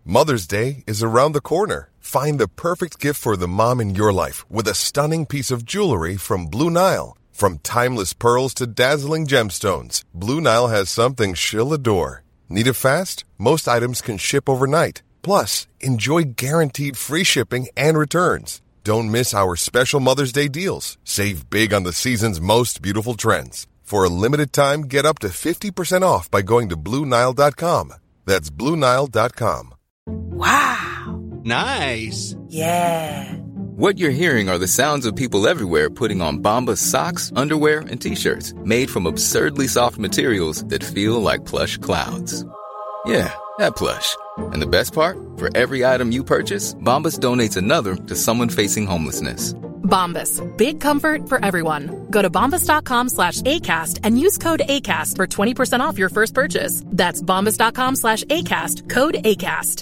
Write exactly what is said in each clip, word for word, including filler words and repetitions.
Mother's Day is around the corner. Find the perfect gift for the mom in your life with a stunning piece of jewelry from Blue Nile. From timeless pearls to dazzling gemstones, Blue Nile has something she'll adore. Need it fast? Most items can ship overnight. Plus, enjoy guaranteed free shipping and returns. Don't miss our special Mother's Day deals. Save big on the season's most beautiful trends. For a limited time, get up to fifty percent off by going to Blue Nile dot com. That's Blue Nile dot com. Wow! Nice! Yeah! What you're hearing are the sounds of people everywhere putting on Bombas socks, underwear, and T-shirts made from absurdly soft materials that feel like plush clouds. Yeah, that plush. And the best part? For every item you purchase, Bombas donates another to someone facing homelessness. Bombas. Big comfort for everyone. Go to bombas.com slash ACAST and use code ACAST for twenty percent off your first purchase. That's bombas.com slash ACAST. Code ACAST.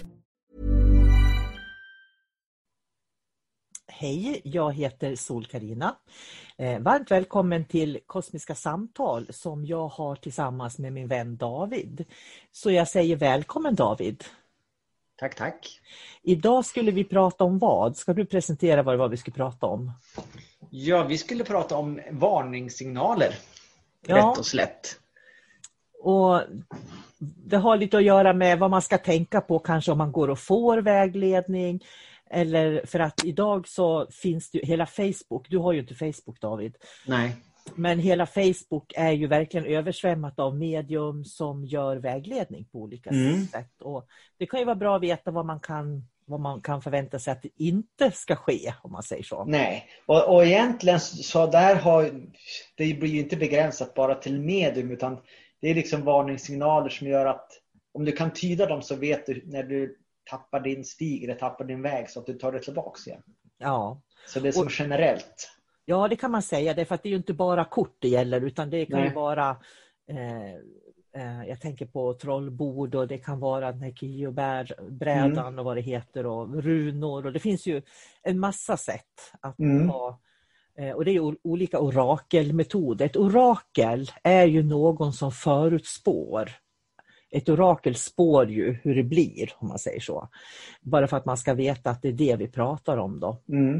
Hej, jag heter Sol-Carina. Eh, varmt välkommen till Kosmiska samtal som jag har tillsammans med min vän David. Så jag säger välkommen David. Tack, tack. Idag skulle vi prata om vad? Ska du presentera vad det var vi skulle prata om? Ja, vi skulle prata om varningssignaler. Ja. Rätt och slätt. Och det har lite att göra med vad man ska tänka på kanske om man går och får vägledning. Eller för att idag så finns det ju hela Facebook. Du har ju inte Facebook, David. Nej. Men hela Facebook är ju verkligen översvämmat av medium som gör vägledning på olika Mm. sätt. Och det kan ju vara bra att veta vad man kan, vad man kan förvänta sig att det inte ska ske, om man säger så. Nej, och, och egentligen så där har det blir ju inte begränsat bara till medium, utan det är liksom varningssignaler som gör att om du kan tyda dem så vet du när du tappar din stig eller tappar din väg så att du tar det tillbaka igen. Ja. Så det är som Och, generellt. ja, det kan man säga. Det är för att det är ju inte bara kort det gäller, utan det kan Nej. ju vara eh, eh, jag tänker på trollbord och det kan vara den här kiobrädan mm. och vad det heter och runor. Och det finns ju en massa sätt att mm. ha. Eh, och det är olika orakelmetoder. Ett orakel är ju någon som förutspår. Ett orakel spår ju hur det blir, om man säger så. Bara för att man ska veta att det är det vi pratar om då. Mm.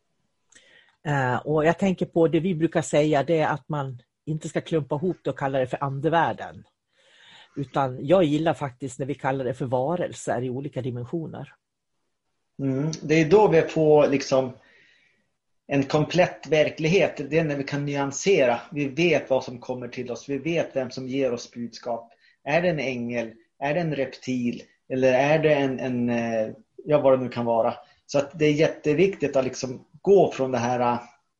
Uh, och jag tänker på det vi brukar säga, det är att man inte ska klumpa ihop det och kalla det för andevärlden. Utan jag gillar faktiskt när vi kallar det för varelser i olika dimensioner. Mm. Det är då vi får liksom en komplett verklighet. Det är när vi kan nyansera. Vi vet vad som kommer till oss. Vi vet vem som ger oss budskap. Är det en ängel? Är det en reptil? Eller är det en, en ja, vad det nu kan vara. Så att det är jätteviktigt att liksom gå från det här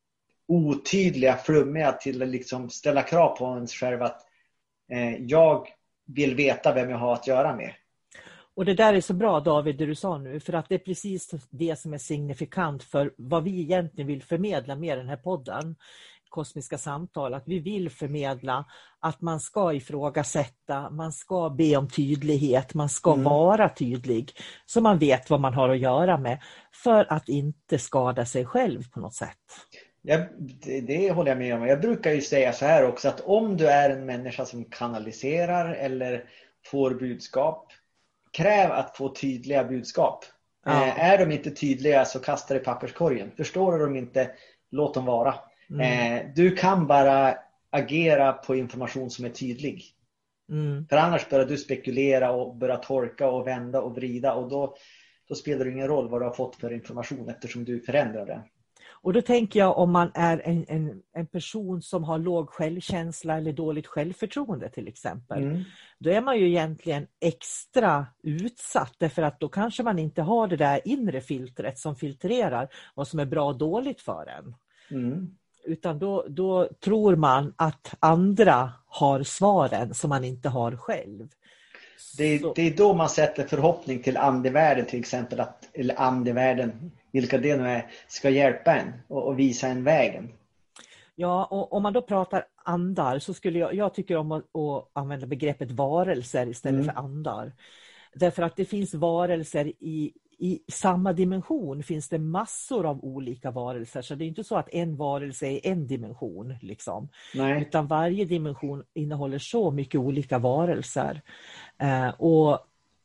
otydliga, flummiga till att liksom ställa krav på ens själv att eh, jag vill veta vem jag har att göra med. Och det där är så bra, David, det du sa nu, för att det är precis det som är signifikant för vad vi egentligen vill förmedla med den här podden, Kosmiska samtal, att vi vill förmedla att man ska ifrågasätta, man ska be om tydlighet, man ska mm. vara tydlig så man vet vad man har att göra med för att inte skada sig själv på något sätt. Ja, det, det håller jag med om. Jag brukar ju säga så här också, att om du är en människa som kanaliserar eller får budskap, kräv att få tydliga budskap. Ja. Eh, är de inte tydliga så kasta det i papperskorgen. Förstår du dem inte, låt dem vara. Mm. Eh, du kan bara agera på information som är tydlig. Mm. För annars börjar du spekulera och börja torka och vända och vrida. Och då, då spelar det ingen roll vad du har fått för information eftersom du förändrar det. Och då tänker jag om man är en, en, en person som har låg självkänsla eller dåligt självförtroende till exempel. Mm. Då är man ju egentligen extra utsatt därför att då kanske man inte har det där inre filtret som filtrerar vad som är bra och dåligt för en. Mm. Utan då, då tror man att andra har svaren som man inte har själv. Det är, det är då man sätter förhoppning till andevärlden till exempel. Att, eller andevärlden, vilka det nu är, ska hjälpa en och, och visa en vägen. Ja, och om man då pratar andar så skulle jag, jag tycker om att, att använda begreppet varelser istället mm. för andar. Därför att det finns varelser i I samma dimension finns det massor av olika varelser. Så det är inte så att en varelse är en dimension. Liksom. Nej. Utan varje dimension innehåller så mycket olika varelser. Eh, och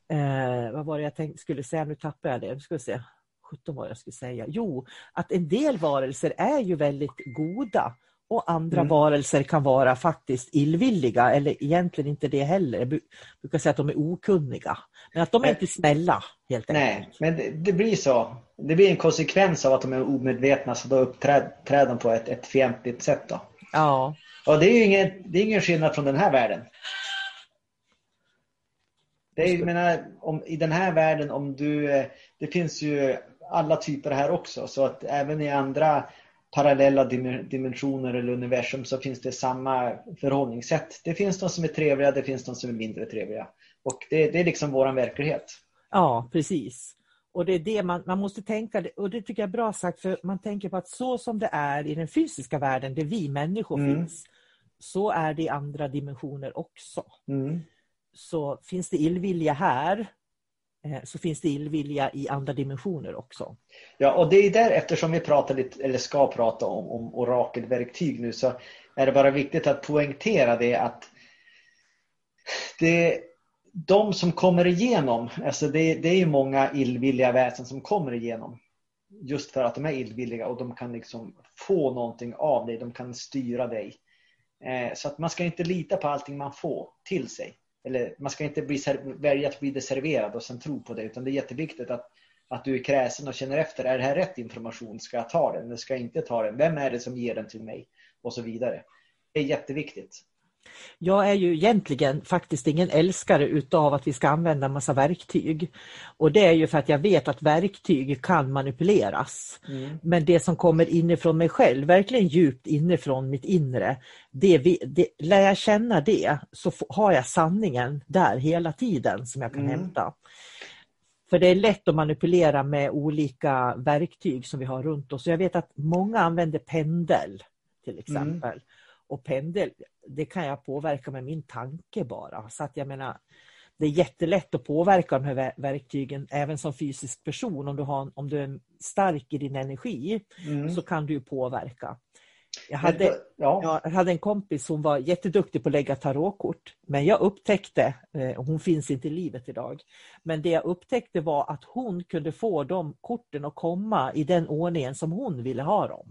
eh, vad var det jag tänkte, skulle säga, nu tappade jag det, nu ska vi se, sjutton vad jag skulle säga. Jo, att en del varelser är ju väldigt goda och andra mm. varelser kan vara faktiskt illvilliga, eller egentligen inte det heller. Jag brukar säga att de är okunniga, men att de är inte snälla helt enkelt. Nej, men det, det blir så. Det blir en konsekvens av att de är omedvetna, så då uppträder de på ett, ett fientligt sätt då. Ja. Och det är ju ingen, det är ingen skillnad från den här världen. Det är, jag menar, om, i den här världen, om du, det finns ju alla typer här också, så att även i andra parallella dimensioner eller universum så finns det samma förhållningssätt. Det finns de som är trevliga, det finns de som är mindre trevliga. Och det, det är liksom våran verklighet. Ja, precis. Och det är det man, man måste tänka, och det tycker jag är bra sagt, för man tänker på att så som det är i den fysiska världen, där vi människor mm. finns, så är det i andra dimensioner också. Mm. Så finns det illvilja här, så finns det illvilja i andra dimensioner också. Ja, och det är där, eftersom vi pratar lite, eller ska prata om, om orakelverktyg nu, så är det bara viktigt att poängtera det att det, de som kommer igenom, alltså det, det är ju många illvilliga väsen som kommer igenom just för att de är illvilliga, och de kan liksom få någonting av dig, de kan styra dig. Eh, så att man ska inte lita på allting man får till sig. Eller man ska inte bli, välja att bli deserverad och sen tro på det, utan det är jätteviktigt att, att du är kräsen och känner efter, är det här rätt information? Ska jag ta den eller ska jag inte ta den? Vem är det som ger den till mig? Och så vidare. Det är jätteviktigt. Jag är ju egentligen faktiskt ingen älskare utav att vi ska använda en massa verktyg. Och det är ju för att jag vet att verktyg kan manipuleras. Mm. Men det som kommer inifrån mig själv, verkligen djupt inifrån mitt inre, det, vi, det, lär jag känna det, så har jag sanningen där hela tiden som jag kan mm. hämta. För det är lätt att manipulera med olika verktyg som vi har runt oss. Så jag vet att många använder pendel till exempel. Mm. Och pendel, det kan jag påverka med min tanke bara. Så att jag menar, det är jättelätt att påverka de här verktygen även som fysisk person. Om du, har, om du är stark i din energi mm. så kan du påverka. Jag hade, ja. jag hade en kompis som var jätteduktig på att lägga tarotkort. Men jag upptäckte, och hon finns inte i livet idag, men det jag upptäckte var att hon kunde få de korten att komma i den ordningen som hon ville ha dem.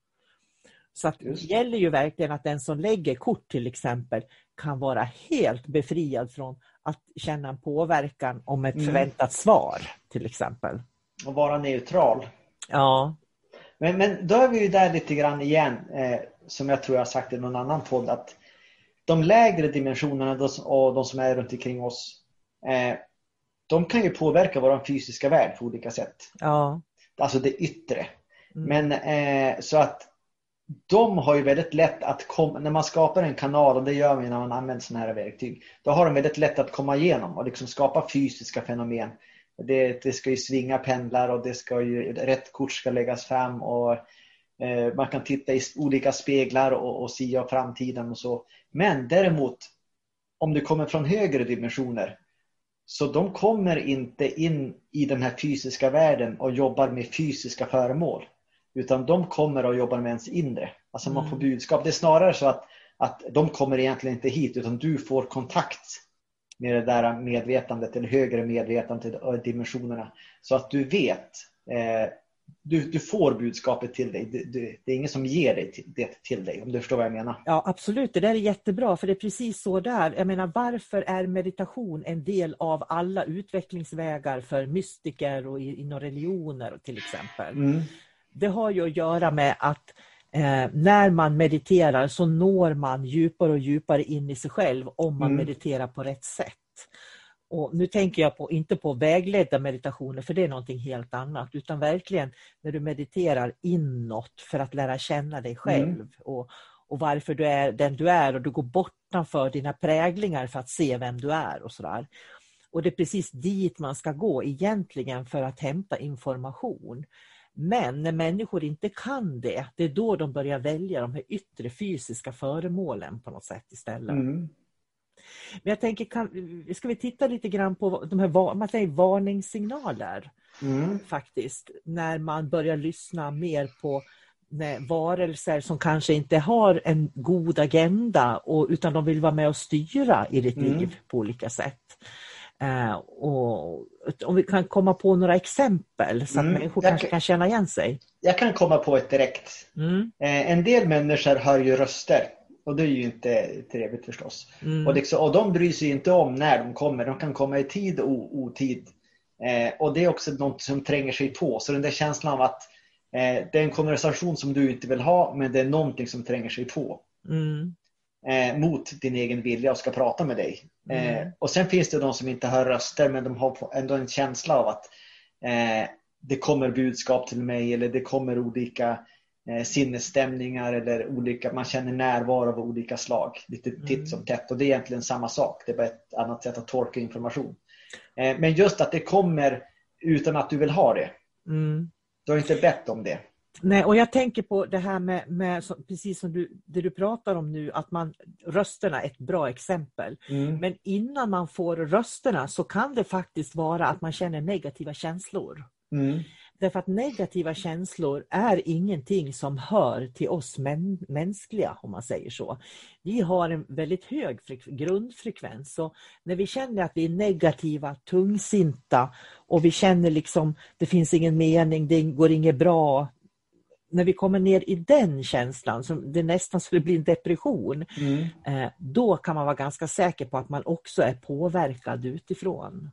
Så att det gäller ju verkligen att den som lägger kort till exempel kan vara helt befriad från att känna en påverkan om ett mm. förväntat svar till exempel. Och vara neutral. Ja. Men, men då är vi ju där lite grann igen, eh, som jag tror jag har sagt i någon annan podd, att de lägre dimensionerna och de som är runt omkring oss, eh, de kan ju påverka vår fysiska värld på olika sätt. Ja. Alltså det yttre. Mm. Men eh, så att de har ju väldigt lätt att komma, när man skapar en kanal, och det gör man när man använder sådana här verktyg, då har de väldigt lätt att komma igenom och liksom skapa fysiska fenomen. Det, det ska ju svinga pendlar och det ska ju, rätt kort ska läggas fram och eh, man kan titta i olika speglar och, och sia framtiden och så. Men däremot, om det kommer från högre dimensioner, så de kommer inte in i den här fysiska världen och jobbar med fysiska föremål. Utan de kommer och jobbar med ens inre. Alltså man får budskap. Det är snarare så att, att de kommer egentligen inte hit, utan du får kontakt med det där medvetandet eller högre medvetandet och dimensionerna. Så att du vet, eh, du, du får budskapet till dig. Du, du, det är ingen som ger dig till, det till dig, om du förstår vad jag menar. Ja, absolut. Det där är jättebra, för det är precis så där. Jag menar, varför är meditation en del av alla utvecklingsvägar för mystiker och inom religioner till exempel? Mm. Det har ju att göra med att eh, när man mediterar så når man djupare och djupare in i sig själv om man mm. mediterar på rätt sätt. Och nu tänker jag på, inte på vägledda meditationer, för det är någonting helt annat, utan verkligen när du mediterar inåt för att lära känna dig själv mm. och, och varför du är den du är, och du går bortanför dina präglingar för att se vem du är och sådär. Och det är precis dit man ska gå egentligen för att hämta information. Men när människor inte kan det, det är då de börjar välja de här yttre fysiska föremålen på något sätt istället. Mm. Men jag tänker, kan, ska vi titta lite grann på de här man säger, varningssignaler mm. faktiskt. När man börjar lyssna mer på varelser som kanske inte har en god agenda, och, utan de vill vara med och styra i ditt mm. liv på olika sätt. Eh, och om vi kan komma på några exempel så att mm, människor kanske kan, kan känna igen sig. Jag kan komma på ett direkt. Mm. Eh, en del människor hör ju röster. Och det är ju inte trevligt förstås. Mm. Och, det, och de bryr sig inte om när de kommer. De kan komma i tid och otid. Eh, och det är också något som tränger sig på. Så den där känslan av att eh, det är en konversation som du inte vill ha, men det är någonting som tränger sig på. Mm. Eh, mot din egen vilja och ska prata med dig. Mm. Eh, och sen finns det de som inte hör röster, men de har ändå en känsla av att eh, det kommer budskap till mig, eller det kommer olika eh, sinnesstämningar, eller olika, man känner närvaro av olika slag. Lite titt mm. som tätt. Och det är egentligen samma sak. Det är bara ett annat sätt att tolka information. Eh, men just att det kommer utan att du vill ha det. Mm. Du har inte bett om det. Nej, och jag tänker på det här med, med precis som du, det du pratar om nu, att man, rösterna är ett bra exempel. Mm. Men innan man får rösterna så kan det faktiskt vara att man känner negativa känslor. Mm. Därför att negativa känslor är ingenting som hör till oss män, mänskliga, om man säger så. Vi har en väldigt hög fre- grundfrekvens. Så när vi känner att vi är negativa, tungsinta och vi känner liksom det finns ingen mening, det går inget bra. När vi kommer ner i den känslan, som det är nästan så det blir en depression, mm. eh, då kan man vara ganska säker på att man också är påverkad utifrån.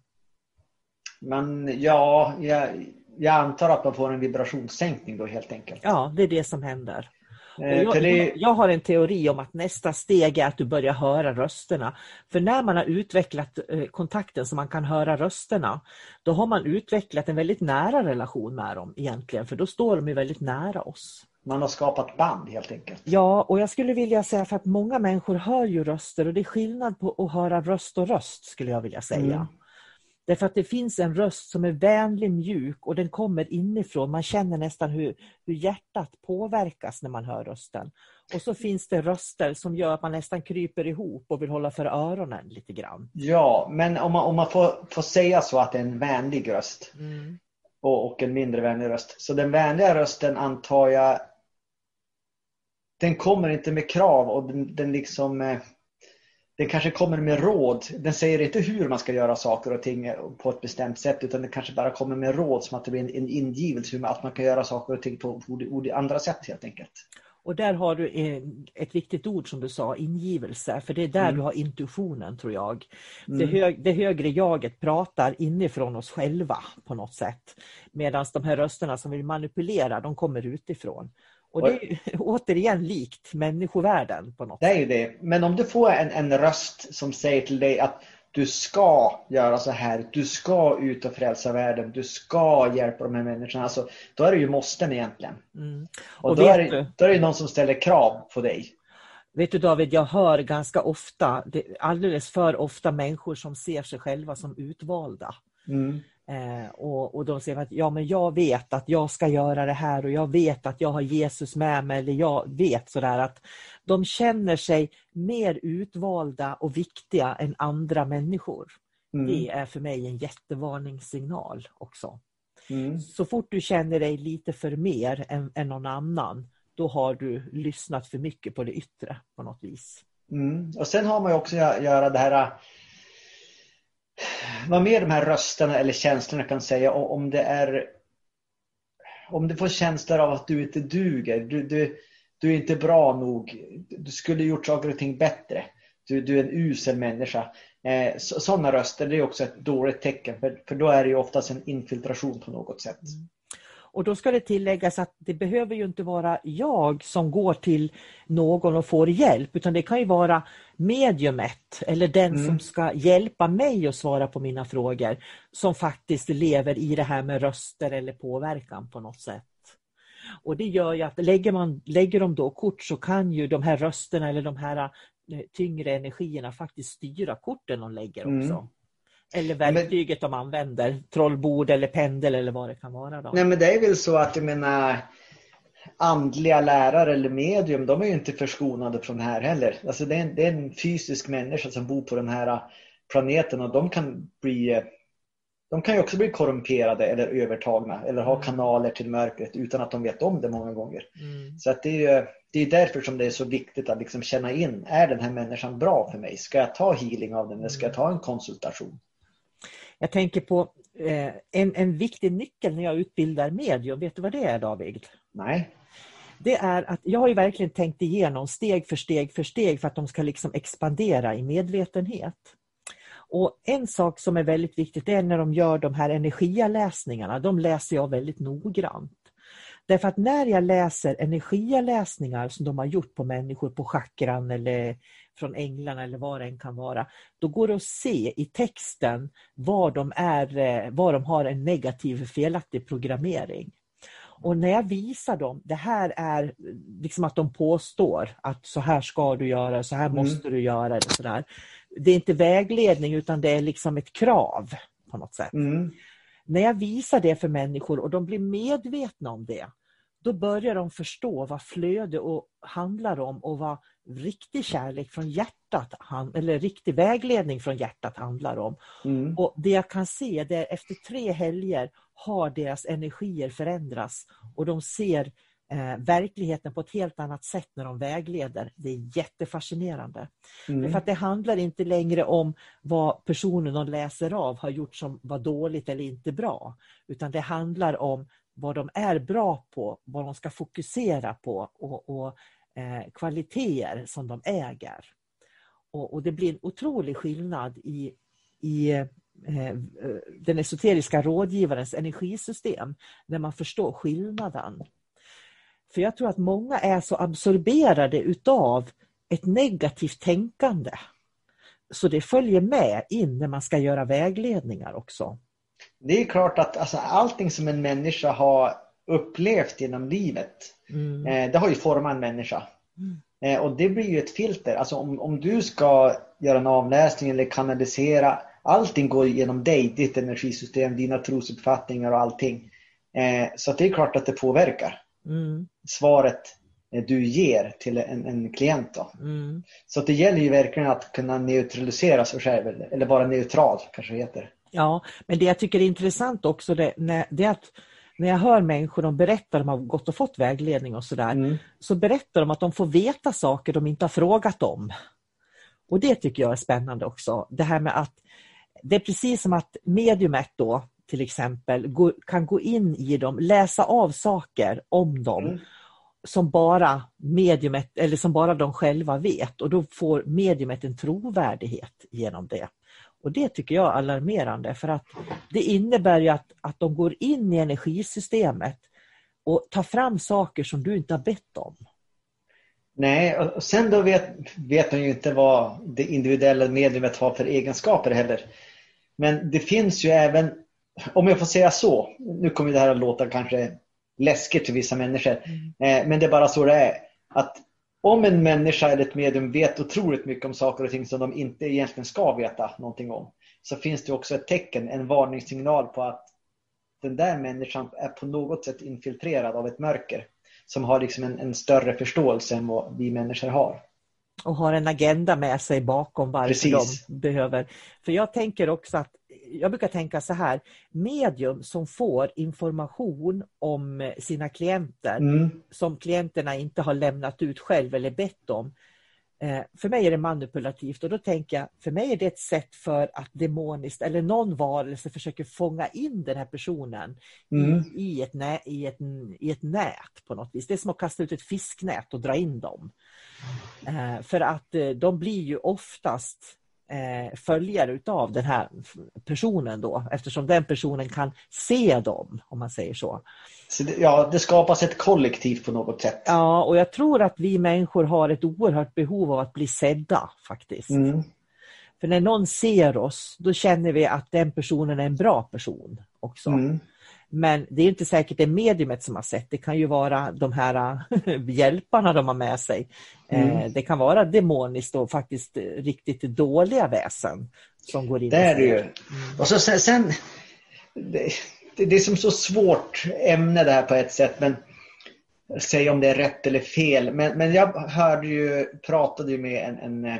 Men ja, jag, jag antar att man får en vibrationssänkning då helt enkelt. Ja, det är det som händer. Eh, jag, det... jag har en teori om att nästa steg är att du börjar höra rösterna. För när man har utvecklat eh, kontakten så man kan höra rösterna, då har man utvecklat en väldigt nära relation med dem egentligen. För då står de ju väldigt nära oss. Man har skapat band helt enkelt. Ja, och jag skulle vilja säga för att många människor hör ju röster, och det är skillnad på att höra röst och röst, skulle jag vilja säga. Mm. Därför att det finns en röst som är vänlig, mjuk, och den kommer inifrån. Man känner nästan hur, hur hjärtat påverkas när man hör rösten. Och så finns det röster som gör att man nästan kryper ihop och vill hålla för öronen lite grann. Ja, men om man, om man får, får säga så att det är en vänlig röst mm. och, och en mindre vänlig röst. Så den vänliga rösten antar jag, den kommer inte med krav, och den, den liksom... Den kanske kommer med råd. Den säger inte hur man ska göra saker och ting på ett bestämt sätt, utan det kanske bara kommer med råd, som att det blir en, en ingivelse hur att man kan göra saker och ting på, på, på andra sätt helt enkelt. Och där har du ett viktigt ord som du sa, ingivelse. För det är där mm. du har intuitionen, tror jag. Mm. Det, hög, det högre jaget pratar inifrån oss själva på något sätt. Medan de här rösterna som vill manipulera, de kommer utifrån. Och det är ju återigen likt människovärlden på något sätt. Det är ju det. Men om du får en, en röst som säger till dig att du ska göra så här, du ska ut och frälsa världen, du ska hjälpa de här människorna, alltså, då är det ju måsten egentligen. Mm. Och, och då, är det, då är det någon som ställer krav på dig. Vet du David, jag hör ganska ofta, det, alldeles för ofta människor som ser sig själva som utvalda. Mm. Eh, och, och de säger att ja, men jag vet att jag ska göra det här, och jag vet att jag har Jesus med mig, eller jag vet sådär, att de känner sig mer utvalda och viktiga än andra människor. Mm. Det är för mig en jättevarningssignal också. Mm. Så fort du känner dig lite för mer än, än någon annan, då har du lyssnat för mycket på det yttre på något vis. Mm. Och sen har man ju också göra det här, vad mer de här rösterna eller känslorna kan säga, om det är, om du får känslor av att du inte duger, du, du, du är inte bra nog, du skulle gjort saker och ting bättre, du, du är en usel människa. Eh, så, sådana röster, det är också ett dåligt tecken, för, för då är det ju oftast en infiltration på något sätt. Mm. Och då ska det tilläggas att det behöver ju inte vara jag som går till någon och får hjälp, utan det kan ju vara mediumet eller den mm. som ska hjälpa mig att svara på mina frågor, som faktiskt lever i det här med röster eller påverkan på något sätt. Och det gör ju att lägger, man, lägger de då kort, så kan ju de här rösterna eller de här tyngre energierna faktiskt styra korten de lägger också. Mm. Eller verktyget men, de använder, trollbord eller pendel eller vad det kan vara då. Nej, men det är väl så att jag menar, andliga lärare eller medium, de är ju inte förskonade från det här heller. Alltså det är, en, det är en fysisk människa som bor på den här planeten, och de kan bli, de kan ju också bli korrumperade eller övertagna eller ha kanaler till mörkret utan att de vet om det många gånger. Mm. Så att det är, det är därför som det är så viktigt att liksom känna in, är den här människan bra för mig? Ska jag ta healing av den, eller ska jag ta en konsultation? Jag tänker på eh, en, en viktig nyckel när jag utbildar medium. Vet du vad det är, David? Nej. Det är att jag har ju verkligen tänkt igenom steg för steg för steg för att de ska liksom expandera i medvetenhet. Och en sak som är väldigt viktigt är när de gör de här energialäsningarna. De läser jag väldigt noggrant. Därför att när jag läser energialäsningar som de har gjort på människor på chakran eller från änglarna eller vad det än kan vara, då går det att se i texten vad de, är, vad de har en negativ felaktig programmering. Och när jag visar dem, det här är liksom att de påstår att så här ska du göra, så här måste mm. du göra. Eller så där. Det är inte vägledning utan det är liksom ett krav på något sätt. Mm. När jag visar det för människor och de blir medvetna om det, då börjar de förstå vad flöde och handlar om och vad riktig kärlek från hjärtat, eller riktig vägledning från hjärtat handlar om. Mm. Och det jag kan se det är efter tre helger har deras energier förändrats och de ser eh, verkligheten på ett helt annat sätt när de vägleder. Det är jättefascinerande. Mm. För att det handlar inte längre om vad personen de läser av har gjort som var dåligt eller inte bra, utan det handlar om vad de är bra på, vad de ska fokusera på och, och eh, kvaliteter som de äger. Och, och det blir en otrolig skillnad i, i eh, den esoteriska rådgivarens energisystem när man förstår skillnaden. För jag tror att många är så absorberade utav ett negativt tänkande. Så det följer med in när man ska göra vägledningar också. Det är klart att alltså, allting som en människa har upplevt genom livet, mm. eh, det har ju format en människa. Mm. Eh, och det blir ju ett filter. Alltså om, om du ska göra en avläsning eller kanalisera, allting går genom dig, ditt energisystem, dina trosuppfattningar och allting. Eh, så det är klart att det påverkar mm. svaret eh, du ger till en, en klient. Då. Mm. Så det gäller ju verkligen att kunna neutralisera sig själv, eller vara neutral kanske heter. Ja, men det jag tycker är intressant också det, när, det är att när jag hör människor de berättar att de har gått och fått vägledning och sådär, mm. så berättar de att de får veta saker de inte har frågat om. Och det tycker jag är spännande också. Det här med att det är precis som att mediumet då till exempel gå, kan gå in i dem, läsa av saker om dem mm. som bara mediumet eller som bara de själva vet, och då får mediumet en trovärdighet genom det. Och det tycker jag är alarmerande, för att det innebär ju att, att de går in i energisystemet och tar fram saker som du inte har bett om. Nej, och sen då vet, vet de ju inte vad det individuella mediumet har för egenskaper heller. Men det finns ju även, om jag får säga så, nu kommer det här att låta kanske läskigt för vissa människor, mm. eh, men det är bara så det är, att om en människa eller ett medium vet otroligt mycket om saker och ting som de inte egentligen ska veta någonting om, så finns det också ett tecken, en varningssignal på att den där människan är på något sätt infiltrerad av ett mörker som har liksom en, en större förståelse än vad vi människor har. Och har en agenda med sig bakom varför Precis. de behöver. För jag tänker också att, jag brukar tänka så här, medium som får information om sina klienter mm. som klienterna inte har lämnat ut själv eller bett om. För mig är det manipulativt, och då tänker jag, för mig är det ett sätt för att demoniskt eller någon varelse försöker fånga in den här personen mm. i, i, ett nä, i, ett, i ett nät på något vis. Det är som att kasta ut ett fisknät och dra in dem. Eh, för att eh, de blir ju oftast eh, följare utav den här personen då, eftersom den personen kan se dem, om man säger så. Så det, ja, det skapas ett kollektiv på något sätt. Ja, och jag tror att vi människor har ett oerhört behov av att bli sedda faktiskt. Mm. För när någon ser oss, då känner vi att den personen är en bra person också. Mm. Men det är inte säkert det är mediumet som har sett. Det kan ju vara de här hjälparna de har med sig. Mm. Det kan vara demoniskt och faktiskt riktigt dåliga väsen som går in. Det är det ju. Mm. Och så sen... sen det... Det är som så svårt ämne det här på ett sätt, men säga om det är rätt eller fel. Men, men jag hörde ju, pratade ju med en, en,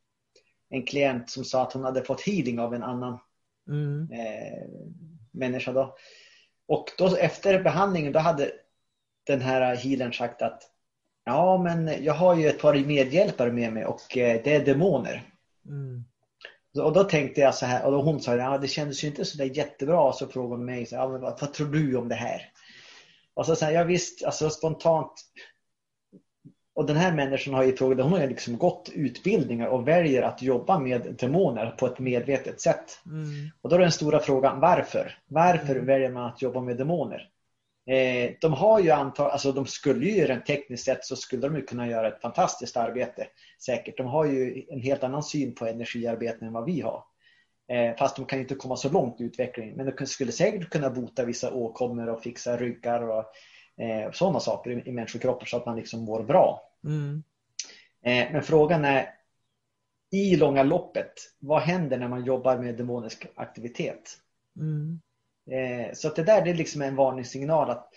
en klient som sa att hon hade fått healing av en annan mm. eh, människa då. Och då efter behandlingen då hade den här healern sagt att ja, men jag har ju ett par medhjälpare med mig och eh, det är demoner. Mm. Och då tänkte jag så här, och då hon sa ja, det kändes ju inte så där jättebra, så frågade hon mig så ja, men vad, vad tror du om det här? Och så sa jag visst, alltså spontant. Och den här människan har ju frågat, hon har ju liksom gått utbildningar och väljer att jobba med demoner på ett medvetet sätt. Mm. Och då är den stora frågan, varför? Varför mm. väljer man att jobba med demoner? Eh, de har ju antag, alltså de skulle ju rent tekniskt sett så skulle de ju kunna göra ett fantastiskt arbete. Säkert, de har ju en helt annan syn på energiarbete än vad vi har. Eh, fast de kan ju inte komma så långt i utvecklingen. Men de skulle säkert kunna bota vissa åkommor och fixa ryggar och eh, sådana saker i, i människokroppar så att man liksom mår bra. Mm. Eh, men frågan är, i långa loppet, vad händer när man jobbar med demonisk aktivitet? Mm. Eh, så att det där det är liksom en varningssignal att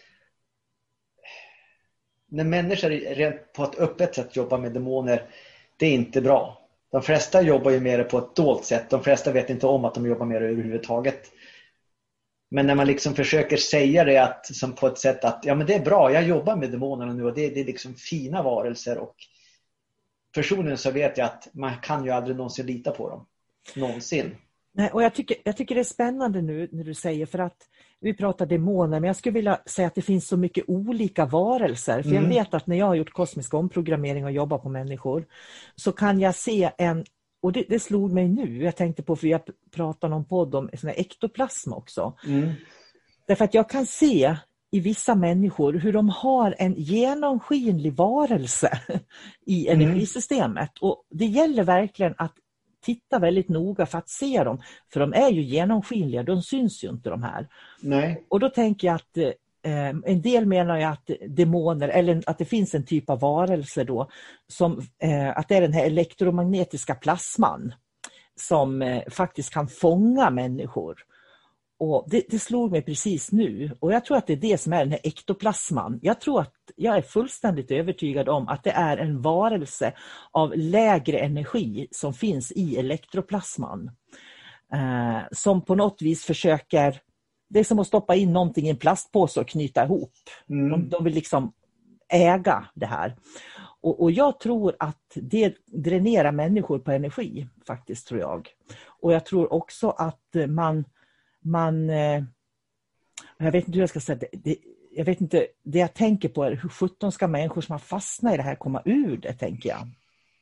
när människor rent på ett öppet sätt jobbar med demoner, det är inte bra. De flesta jobbar ju med det på ett dolt sätt. De flesta vet inte om att de jobbar med det överhuvudtaget. Men när man liksom försöker säga det att, som på ett sätt att ja men det är bra, jag jobbar med demonerna nu och det, det är liksom fina varelser, och personligen så vet jag att man kan ju aldrig någonsin lita på dem. Någonsin. Nej, och jag tycker, jag tycker det är spännande nu när du säger, för att vi pratar demoner, men jag skulle vilja säga att det finns så mycket olika varelser. För mm. jag vet att när jag har gjort kosmisk omprogrammering och jobbar på människor, så kan jag se en, och det, det slog mig nu, jag tänkte på, för jag pratar någon podd om sån här ektoplasm också. Mm. Därför att jag kan se i vissa människor hur de har en genomskinlig varelse i energisystemet. Och det gäller verkligen att titta väldigt noga för att se dem. För de är ju genomskinliga, de syns ju inte de här. Nej. Och då tänker jag att eh, en del menar jag att demoner, eller att det finns en typ av varelse då, som eh, att det är den här elektromagnetiska plasman som eh, faktiskt kan fånga människor. Och det, det slog mig precis nu, och jag tror att det är det som är den här ektoplasman. Jag tror att jag är fullständigt övertygad om att det är en varelse av lägre energi som finns i elektroplasman. Eh, som på något vis försöker, det är som att stoppa in någonting i en plastpåse och knyta ihop. Mm. De, de vill liksom äga det här. Och, och jag tror att det dränerar människor på energi faktiskt, tror jag. Och jag tror också att man Man, eh, jag vet inte hur jag ska säga det, det, jag vet inte, det jag tänker på är hur sjutton ska människor som har fastnat i det här komma ur det, tänker jag.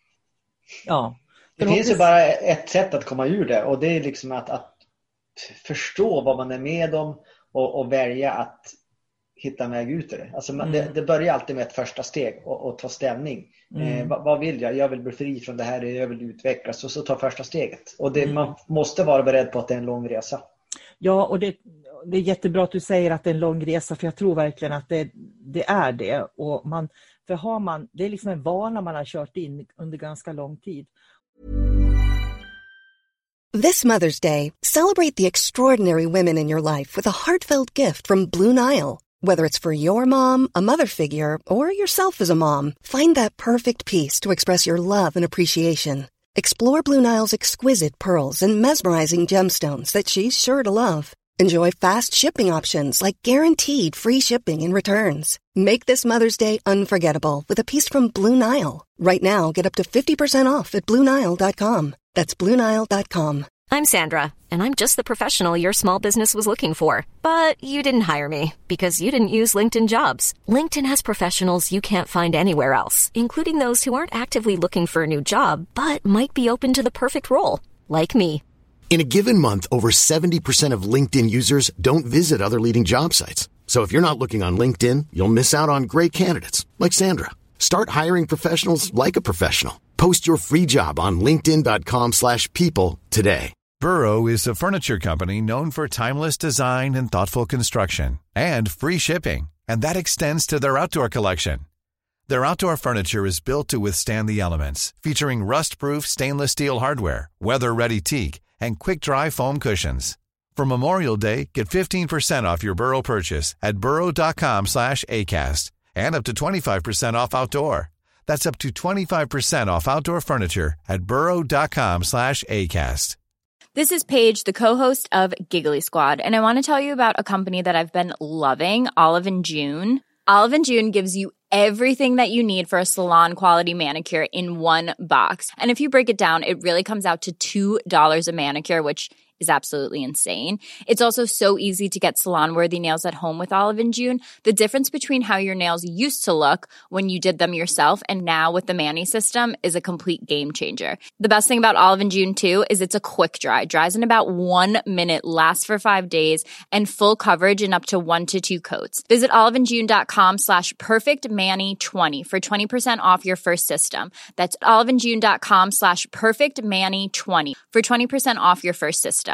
Ja. Det finns ju bara ett sätt att komma ur det, och det är liksom att, att förstå vad man är med om och, och välja att hitta en väg ut ur det. Alltså man, mm. det, det börjar alltid med ett första steg och, och ta ställning. Mm. Eh, vad, vad vill jag? Jag vill bli fri från det här, jag vill utvecklas, och så ta första steget. Och det, mm. man måste vara beredd på att det är en lång resa. Ja, och det, det är jättebra att du säger att det är en lång resa, för jag tror verkligen att det, det är det. Och man, för har man, det är liksom en vana man har kört in under ganska lång tid. This Mother's Day, celebrate the extraordinary women in your life with a heartfelt gift from Blue Nile. Whether it's for your mom, a mother figure, or yourself as a mom, find that perfect piece to express your love and appreciation. Explore Blue Nile's exquisite pearls and mesmerizing gemstones that she's sure to love. Enjoy fast shipping options like guaranteed free shipping and returns. Make this Mother's Day unforgettable with a piece from Blue Nile. Right now, get up to fifty percent off at blue nile dot com. That's blue nile dot com. I'm Sandra, and I'm just the professional your small business was looking for. But you didn't hire me because you didn't use LinkedIn Jobs. LinkedIn has professionals you can't find anywhere else, including those who aren't actively looking for a new job, but might be open to the perfect role, like me. In a given month, over seventy percent of LinkedIn users don't visit other leading job sites. So if you're not looking on LinkedIn, you'll miss out on great candidates, like Sandra. Start hiring professionals like a professional. Post your free job on linkedin dot com slash people today. Burrow is a furniture company known for timeless design and thoughtful construction, and free shipping, and that extends to their outdoor collection. Their outdoor furniture is built to withstand the elements, featuring rust-proof stainless steel hardware, weather-ready teak, and quick-dry foam cushions. For Memorial Day, get fifteen percent off your Burrow purchase at burrow dot com slash acast, and up to twenty-five percent off outdoor. That's up to twenty-five percent off outdoor furniture at burrow dot com slash acast. This is Paige, the co-host of Giggly Squad, and I want to tell you about a company that I've been loving, Olive and June. Olive and June gives you everything that you need for a salon quality manicure in one box. And if you break it down, it really comes out to two dollars a manicure, which is absolutely insane. It's also so easy to get salon-worthy nails at home with Olive and June. The difference between how your nails used to look when you did them yourself and now with the Mani system is a complete game changer. The best thing about Olive and June too is it's a quick dry. Dries in about one minute, lasts for five days, and full coverage in up to one to two coats. Visit oliveandjune.com slash perfectmani20 for twenty percent off your first system. That's oliveandjune.com slash perfectmani20 for twenty percent off your first system.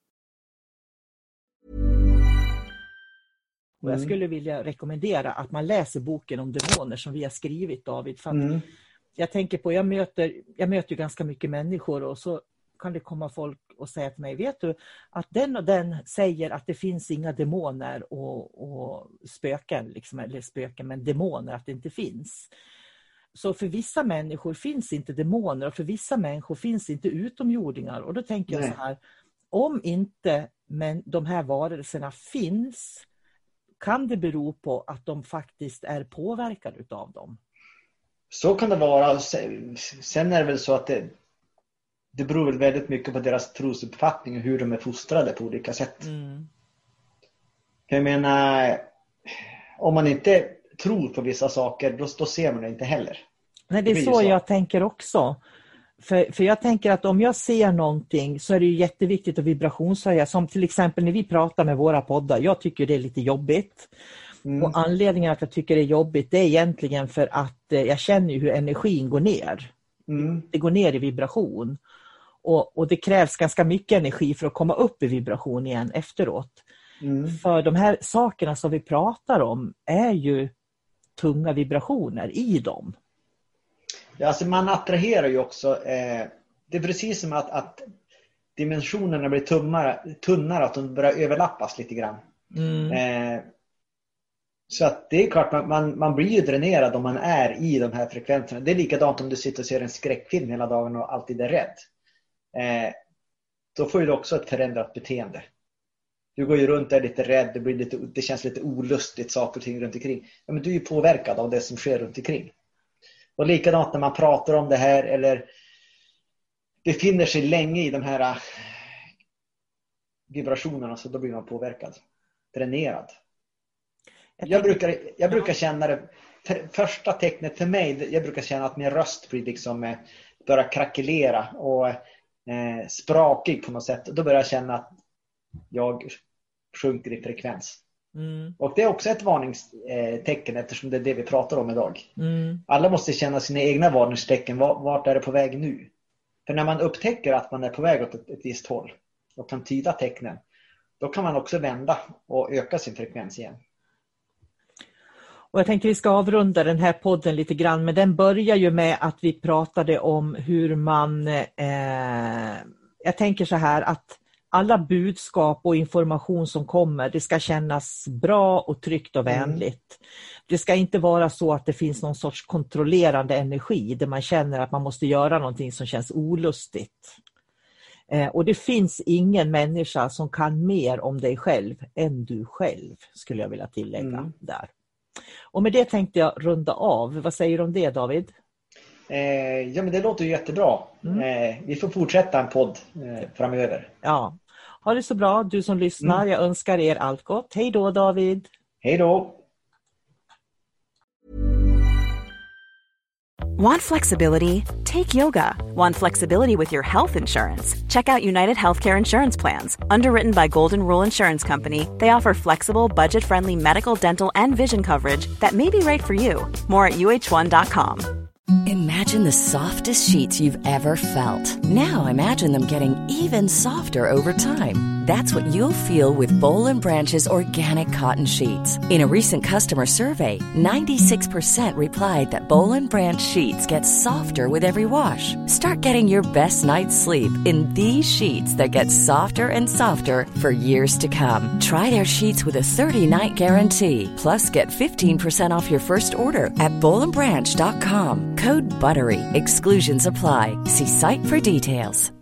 Och jag skulle vilja rekommendera att man läser boken om demoner som vi har skrivit, David. För mm. jag tänker på, jag möter, jag möter ju ganska mycket människor och så kan det komma folk och säga till mig, vet du att den och den säger att det finns inga demoner och, och spöken, liksom, eller spöken men demoner, att det inte finns. Så för vissa människor finns inte demoner och för vissa människor finns inte utomjordingar. Och då tänker jag Nej. så här, om inte men de här varelserna finns, kan det bero på att de faktiskt är påverkade utav dem? Så kan det vara. Sen är det väl så att det, det beror väl väldigt mycket på deras trosuppfattning och hur de är fostrade på olika sätt. Mm. Jag menar, om man inte tror på vissa saker, då, då ser man det inte heller. Nej, det är det så, så jag tänker också. För, för jag tänker att om jag ser någonting så är det ju jätteviktigt att vibrationshöja. Som till exempel när vi pratar med våra poddar. Jag tycker det är lite jobbigt. Mm. Och anledningen att jag tycker det är jobbigt, det är egentligen för att eh, jag känner hur energin går ner. Mm. Det går ner i vibration. Och, och det krävs ganska mycket energi för att komma upp i vibration igen efteråt. Mm. För de här sakerna som vi pratar om är ju tunga vibrationer i dem. Ja, alltså man attraherar ju också, eh, det är precis som att, att dimensionerna blir tunnare, tunnare, att de börjar överlappas lite grann. Mm. Eh, så att det är klart, man, man, man blir ju dränerad om man är i de här frekvenserna. Det är likadant om du sitter och ser en skräckfilm hela dagen och alltid är rädd. Eh, då får du också ett förändrat beteende. Du går ju runt där lite rädd, det, blir lite, det känns lite olustigt saker och ting runt omkring. Ja, men du är ju påverkad av det som sker runt omkring. Och likadant när man pratar om det här eller befinner sig länge i de här vibrationerna, så då blir man påverkad, dränerad. Jag brukar, jag brukar känna det, för, första tecknet för mig, jag brukar känna att min röst blir liksom eh, börjar krackelera och eh, sprakig på något sätt. Då börjar jag känna att jag sjunker i frekvens. Mm. Och det är också ett varningstecken eftersom det är det vi pratar om idag. Mm. Alla måste känna sina egna varningstecken. Vart är det på väg nu? För när man upptäcker att man är på väg åt ett, ett visst håll och kan tyda tecknen, då kan man också vända och öka sin frekvens igen. Och jag tänkte vi ska avrunda den här podden lite grann, men den börjar ju med att vi pratade om hur man eh, jag tänker så här att alla budskap och information som kommer, det ska kännas bra och tryggt och vänligt. Mm. Det ska inte vara så att det finns någon sorts kontrollerande energi där man känner att man måste göra någonting som känns olustigt. Eh, och det finns ingen människa som kan mer om dig själv än du själv, skulle jag vilja tillägga mm. där. Och med det tänkte jag runda av. Vad säger du om det, David? Eh, ja, men det låter ju jättebra. Mm. Eh, vi får fortsätta en podd eh, framöver. Ja. Ha det så bra, du som lyssnar. Mm. Jag önskar er allt gott. Hej då, David. Hej då. Want flexibility? Take yoga. Want flexibility with your health insurance? Check out United Healthcare Insurance Plans. Underwritten by Golden Rule Insurance Company, they offer flexible, budget-friendly medical, dental, and vision coverage that may be right for you. More at U H one dot com. Imagine the softest sheets you've ever felt. Now imagine them getting even softer over time. That's what you'll feel with Boll and Branch's organic cotton sheets. In a recent customer survey, ninety-six percent replied that Boll and Branch sheets get softer with every wash. Start getting your best night's sleep in these sheets that get softer and softer for years to come. Try their sheets with a thirty-night guarantee. Plus, get fifteen percent off your first order at boll and branch dot com. Code BUTTERY. Exclusions apply. See site for details.